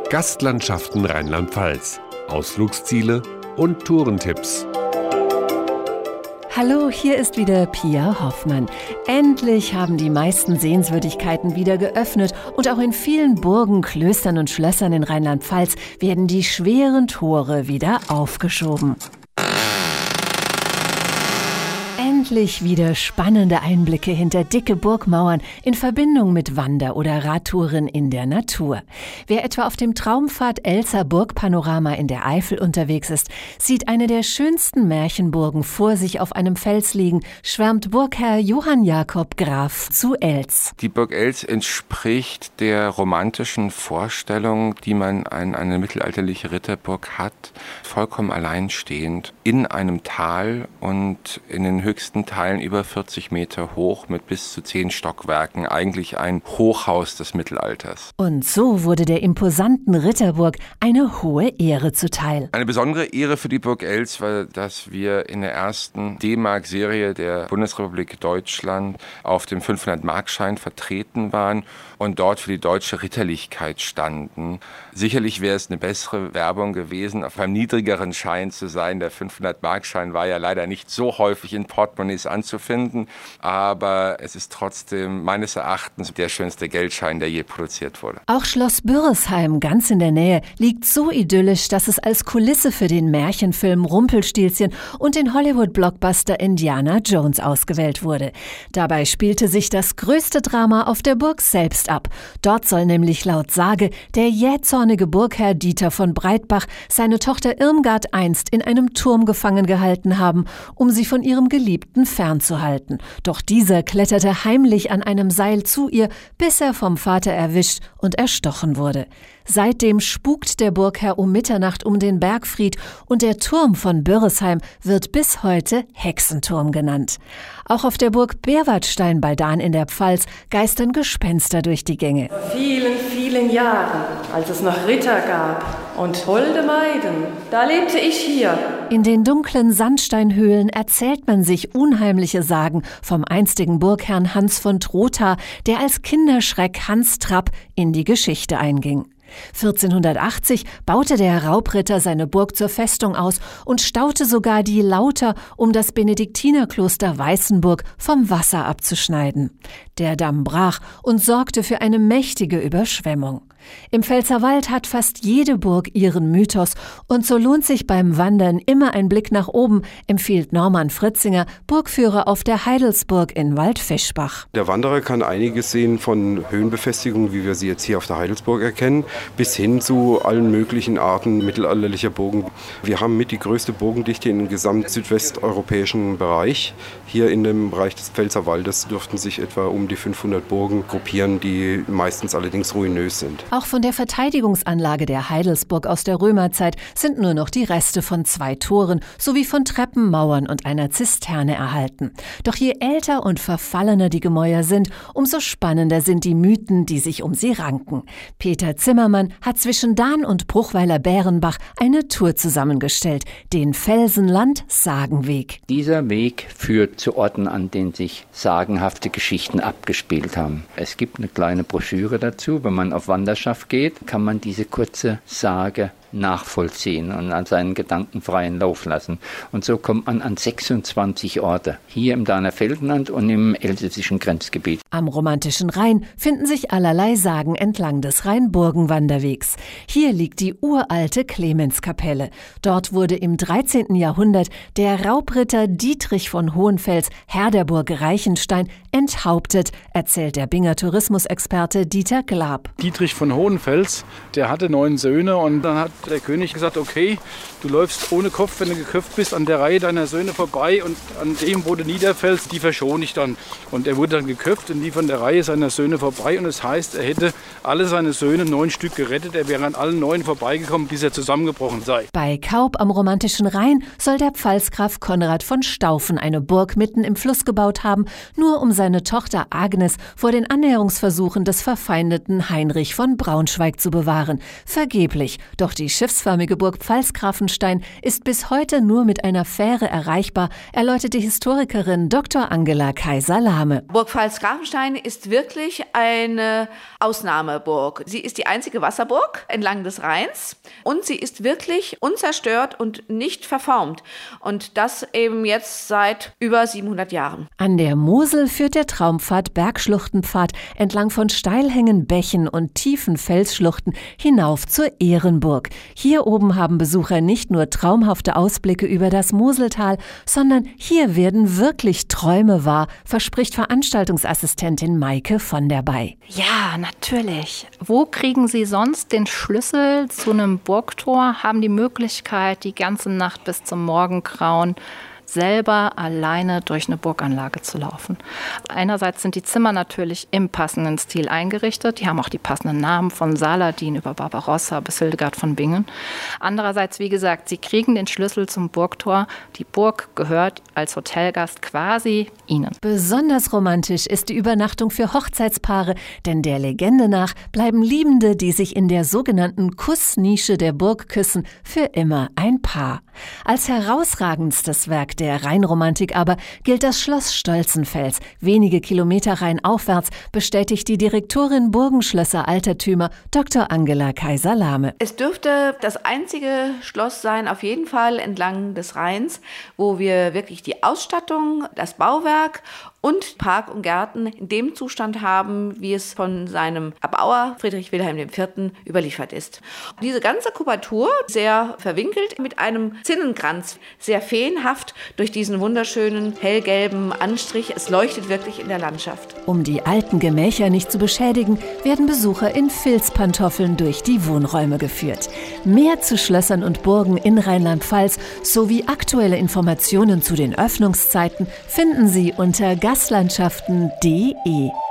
Gastlandschaften Rheinland-Pfalz, Ausflugsziele und Tourentipps. Hallo, hier ist wieder Pia Hoffmann. Endlich haben die meisten Sehenswürdigkeiten wieder geöffnet und auch in vielen Burgen, Klöstern und Schlössern in Rheinland-Pfalz werden die schweren Tore wieder aufgeschoben. Endlich wieder spannende Einblicke hinter dicke Burgmauern in Verbindung mit Wander- oder Radtouren in der Natur. Wer etwa auf dem Traumpfad Elser Burgpanorama in der Eifel unterwegs ist, sieht eine der schönsten Märchenburgen vor sich auf einem Fels liegen, schwärmt Burgherr Johann Jakob Graf zu Elz. Die Burg Elz entspricht der romantischen Vorstellung, die man an eine mittelalterliche Ritterburg hat, vollkommen alleinstehend in einem Tal und in den höchsten Teilen über 40 Meter hoch mit bis zu 10 Stockwerken, eigentlich ein Hochhaus des Mittelalters. Und so wurde der imposanten Ritterburg eine hohe Ehre zuteil. Eine besondere Ehre für die Burg Elz war, dass wir in der ersten D-Mark-Serie der Bundesrepublik Deutschland auf dem 500-Mark-Schein vertreten waren und dort für die deutsche Ritterlichkeit standen. Sicherlich wäre es eine bessere Werbung gewesen, auf einem niedrigeren Schein zu sein. Der 500-Mark-Schein war ja leider nicht so häufig in Portemonnaies anzufinden, aber es ist trotzdem meines Erachtens der schönste Geldschein, der je produziert wurde. Auch Schloss Bürresheim, ganz in der Nähe, liegt so idyllisch, dass es als Kulisse für den Märchenfilm Rumpelstilzchen und den Hollywood-Blockbuster Indiana Jones ausgewählt wurde. Dabei spielte sich das größte Drama auf der Burg selbst ab. Dort soll nämlich laut Sage der jähzornige Burgherr Dieter von Breitbach seine Tochter Irmgard einst in einem Turm gefangen gehalten haben, um sie von ihrem Geliebten fernzuhalten. Doch dieser kletterte heimlich an einem Seil zu ihr, bis er vom Vater erwischt und erstochen wurde. Seitdem spukt der Burgherr um Mitternacht um den Bergfried und der Turm von Bürresheim wird bis heute Hexenturm genannt. Auch auf der Burg Berwartstein bei Dahn in der Pfalz geistern Gespenster durch die Gänge. Vor vielen, vielen Jahren, als es noch Ritter gab und holde Maiden, da lebte ich hier. In den dunklen Sandsteinhöhlen erzählt man sich unheimliche Sagen vom einstigen Burgherrn Hans von Trotha, der als Kinderschreck Hans Trapp in die Geschichte einging. 1480 baute der Raubritter seine Burg zur Festung aus und staute sogar die Lauter, um das Benediktinerkloster Weißenburg vom Wasser abzuschneiden. Der Damm brach und sorgte für eine mächtige Überschwemmung. Im Pfälzerwald hat fast jede Burg ihren Mythos und so lohnt sich beim Wandern immer ein Blick nach oben, empfiehlt Norman Fritzinger, Burgführer auf der Heidelsburg in Waldfischbach. Der Wanderer kann einiges sehen von Höhenbefestigungen, wie wir sie jetzt hier auf der Heidelsburg erkennen, bis hin zu allen möglichen Arten mittelalterlicher Burgen. Wir haben mit die größte Burgendichte im gesamten südwesteuropäischen Bereich. Hier in dem Bereich des Pfälzerwaldes dürften sich etwa um die 500 Burgen gruppieren, die meistens allerdings ruinös sind. Auch von der Verteidigungsanlage der Heidelsburg aus der Römerzeit sind nur noch die Reste von 2 Toren sowie von Treppen, Mauern und einer Zisterne erhalten. Doch je älter und verfallener die Gemäuer sind, umso spannender sind die Mythen, die sich um sie ranken. Peter Zimmermann hat zwischen Dahn und Bruchweiler-Bärenbach eine Tour zusammengestellt, den Felsenland-Sagenweg. Dieser Weg führt zu Orten, an denen sich sagenhafte Geschichten abgespielt haben. Es gibt eine kleine Broschüre dazu, wenn man auf Wanderschaft geht, kann man diese kurze Sage nachvollziehen und an seinen Gedanken freien Lauf lassen. Und so kommt man an 26 Orte, hier im Dahner Felsenland und im elsässischen Grenzgebiet. Am romantischen Rhein finden sich allerlei Sagen entlang des Rheinburgenwanderwegs. Hier liegt die uralte Clemenskapelle. Dort wurde im 13. Jahrhundert der Raubritter Dietrich von Hohenfels, Herr der Burg Reichenstein, enthauptet, erzählt der Binger Tourismusexperte Dieter Glab. Dietrich von Hohenfels, der hatte 9 Söhne und dann hat der König gesagt, okay, du läufst ohne Kopf, wenn du geköpft bist, an der Reihe deiner Söhne vorbei und an dem, wo du niederfällst, die verschone ich dann. Und er wurde dann geköpft und lief an der Reihe seiner Söhne vorbei und das heißt, er hätte alle seine Söhne 9 Stück gerettet, er wäre an allen 9 vorbeigekommen, bis er zusammengebrochen sei. Bei Kaub am romantischen Rhein soll der Pfalzgraf Konrad von Staufen eine Burg mitten im Fluss gebaut haben, nur um seine Tochter Agnes vor den Annäherungsversuchen des verfeindeten Heinrich von Braunschweig zu bewahren. Vergeblich, doch die Die schiffsförmige Burg Pfalzgrafenstein ist bis heute nur mit einer Fähre erreichbar, erläutert die Historikerin Dr. Angela Kaiser-Lahme. Burg Pfalzgrafenstein ist wirklich eine Ausnahmeburg. Sie ist die einzige Wasserburg entlang des Rheins und sie ist wirklich unzerstört und nicht verformt. Und das eben jetzt seit über 700 Jahren. An der Mosel führt der Traumpfad Bergschluchtenpfad entlang von Steilhängen, Bächen und tiefen Felsschluchten hinauf zur Ehrenburg. Hier oben haben Besucher nicht nur traumhafte Ausblicke über das Moseltal, sondern hier werden wirklich Träume wahr, verspricht Veranstaltungsassistentin Maike von der Bay. Ja, natürlich. Wo kriegen Sie sonst den Schlüssel zu einem Burgtor, haben die Möglichkeit, die ganze Nacht bis zum Morgengrauen selber alleine durch eine Burganlage zu laufen. Einerseits sind die Zimmer natürlich im passenden Stil eingerichtet. Die haben auch die passenden Namen von Saladin über Barbarossa bis Hildegard von Bingen. Andererseits, wie gesagt, sie kriegen den Schlüssel zum Burgtor. Die Burg gehört als Hotelgast quasi ihnen. Besonders romantisch ist die Übernachtung für Hochzeitspaare, denn der Legende nach bleiben Liebende, die sich in der sogenannten Kussnische der Burg küssen, für immer ein Paar. Als herausragendstes Werk der Rheinromantik aber gilt das Schloss Stolzenfels. Wenige Kilometer rheinaufwärts, bestätigt die Direktorin Burgenschlösser Altertümer Dr. Angela Kaiser-Lahme. Es dürfte das einzige Schloss sein, auf jeden Fall entlang des Rheins, wo wir wirklich die Ausstattung, das Bauwerk und Park und Gärten in dem Zustand haben, wie es von seinem Erbauer Friedrich Wilhelm IV. Überliefert ist. Diese ganze Kubatur, sehr verwinkelt, mit einem Zinnenkranz, sehr feenhaft durch diesen wunderschönen hellgelben Anstrich. Es leuchtet wirklich in der Landschaft. Um die alten Gemächer nicht zu beschädigen, werden Besucher in Filzpantoffeln durch die Wohnräume geführt. Mehr zu Schlössern und Burgen in Rheinland-Pfalz sowie aktuelle Informationen zu den Öffnungszeiten finden Sie unter gastlandschaften.de.